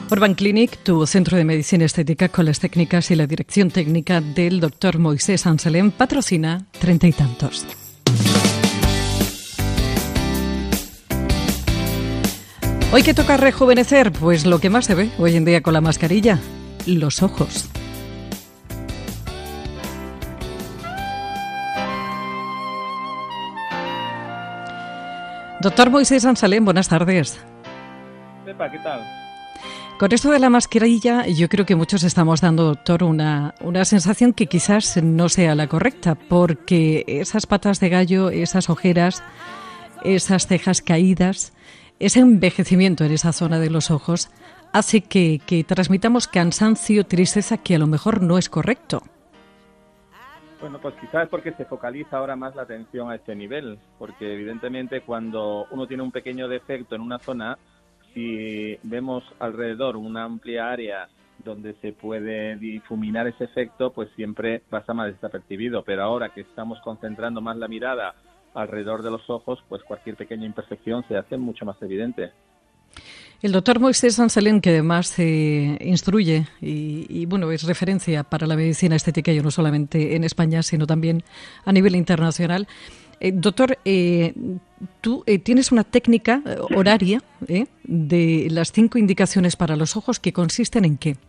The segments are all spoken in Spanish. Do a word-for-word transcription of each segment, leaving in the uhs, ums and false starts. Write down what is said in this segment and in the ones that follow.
Urban Clinic, tu centro de medicina estética con las técnicas y la dirección técnica del doctor Moisés Anselén, patrocina Treinta y Tantos. ¿Hoy qué toca rejuvenecer? Pues lo que más se ve hoy en día con la mascarilla, los ojos. Doctor Moisés Anselén, buenas tardes. Pepa, ¿qué tal? Con esto de la mascarilla, yo creo que muchos estamos dando, doctor, una, una sensación que quizás no sea la correcta, porque esas patas de gallo, esas ojeras, esas cejas caídas, ese envejecimiento en esa zona de los ojos hace que, que transmitamos cansancio, tristeza, que a lo mejor no es correcto. Bueno, pues quizás es porque se focaliza ahora más la atención a este nivel, porque evidentemente cuando uno tiene un pequeño defecto en una zona, si vemos alrededor una amplia área donde se puede difuminar ese efecto, pues siempre pasa más desapercibido. Pero ahora que estamos concentrando más la mirada alrededor de los ojos, pues cualquier pequeña imperfección se hace mucho más evidente. El doctor Moisés Anselén, que además eh, instruye y, y bueno es referencia para la medicina estética, y no solamente en España, sino también a nivel internacional. Eh, doctor, eh, tú eh, tienes una técnica horaria eh, de las cinco indicaciones para los ojos, que consisten ¿en qué?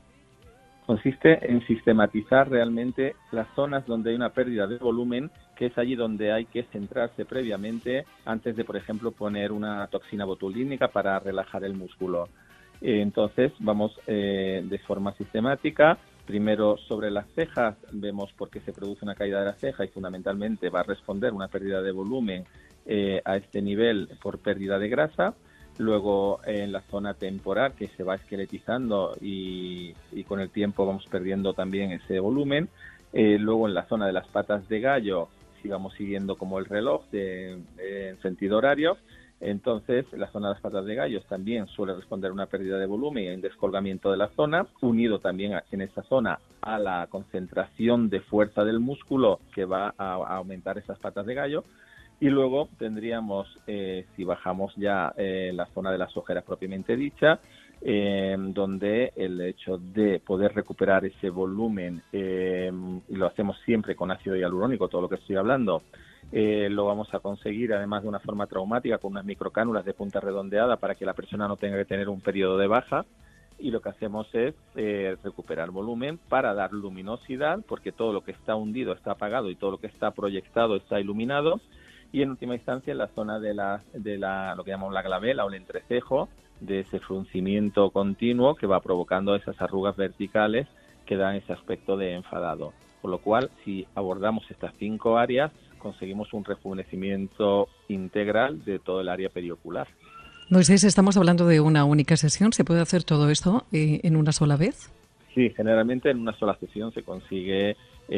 Consiste en sistematizar realmente las zonas donde hay una pérdida de volumen, que es allí donde hay que centrarse previamente antes de, por ejemplo, poner una toxina botulínica para relajar el músculo. Eh, entonces, vamos eh, de forma sistemática. Primero, sobre las cejas, vemos por qué se produce una caída de la ceja y fundamentalmente va a responder una pérdida de volumen eh, a este nivel por pérdida de grasa. Luego, en la zona temporal, que se va esqueletizando y, y con el tiempo vamos perdiendo también ese volumen. Eh, luego, en la zona de las patas de gallo, si vamos siguiendo como el reloj de, de, en sentido horario. Entonces, la zona de las patas de gallos también suele responder a una pérdida de volumen y a un descolgamiento de la zona, unido también a, en esa zona a la concentración de fuerza del músculo que va a, a aumentar esas patas de gallo. Y luego tendríamos, eh, si bajamos ya eh, la zona de las ojeras propiamente dicha, eh, donde el hecho de poder recuperar ese volumen, eh, y lo hacemos siempre con ácido hialurónico, todo lo que estoy hablando, eh, lo vamos a conseguir además de una forma traumática con unas microcánulas de punta redondeada para que la persona no tenga que tener un periodo de baja. Y lo que hacemos es eh, recuperar volumen para dar luminosidad, porque todo lo que está hundido está apagado y todo lo que está proyectado está iluminado. Y en última instancia en la zona de la, de la lo que llamamos la glabela o el entrecejo, de ese fruncimiento continuo que va provocando esas arrugas verticales que dan ese aspecto de enfadado. Por lo cual, si abordamos estas cinco áreas, conseguimos un rejuvenecimiento integral de todo el área periocular. Moisés, ¿estamos hablando de una única sesión? ¿Se puede hacer todo esto eh, en una sola vez? Sí, generalmente en una sola sesión se consigue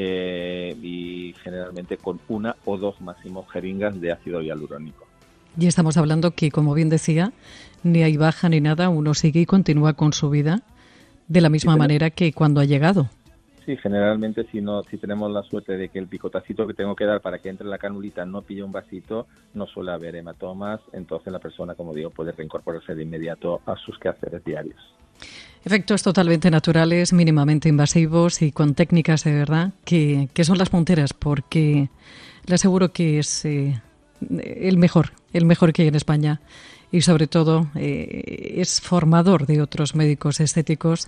eh, y generalmente con una o dos máximo jeringas de ácido hialurónico. Y estamos hablando que, como bien decía, ni hay baja ni nada, uno sigue y continúa con su vida de la misma sí, manera que cuando ha llegado. Sí, generalmente si no, si tenemos la suerte de que el picotacito que tengo que dar para que entre la canulita no pille un vasito, no suele haber hematomas, entonces la persona, como digo, puede reincorporarse de inmediato a sus quehaceres diarios. Efectos totalmente naturales, mínimamente invasivos y con técnicas de verdad que, que son las punteras, porque le aseguro que es eh, el mejor, el mejor que hay en España y sobre todo eh, es formador de otros médicos estéticos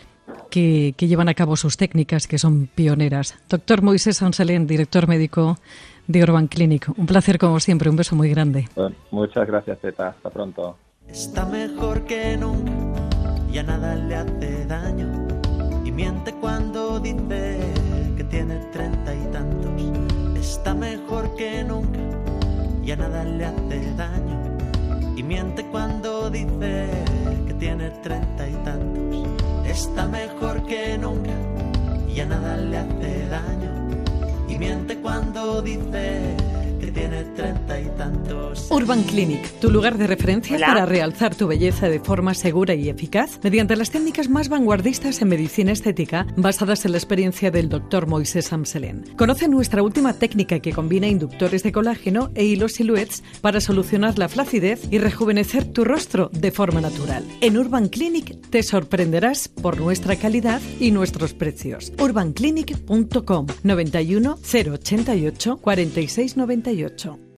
que, que llevan a cabo sus técnicas, que son pioneras. Doctor Moisés Anselén, director médico de Urban Clinic. Un placer como siempre, un beso muy grande. Bueno, muchas gracias, Teta. Hasta pronto. Está mejor que nunca, ya nada le hace daño y miente cuando dice que tiene treinta y tantos. Está mejor que nunca, ya nada le hace daño y miente cuando dice que tiene treinta y tantos. Está mejor que nunca, ya nada le hace daño y miente cuando dice que que tiene treinta y tantos. Urban Clinic, tu lugar de referencia Hola. para realzar tu belleza de forma segura y eficaz mediante las técnicas más vanguardistas en medicina estética basadas en la experiencia del doctor Moisés Amselén. Conoce nuestra última técnica que combina inductores de colágeno e hilos silhouettes para solucionar la flacidez y rejuvenecer tu rostro de forma natural. En Urban Clinic te sorprenderás por nuestra calidad y nuestros precios. urban clinic punto com noventa y uno cero ochenta y ocho cuarenta y seis noventa y ocho.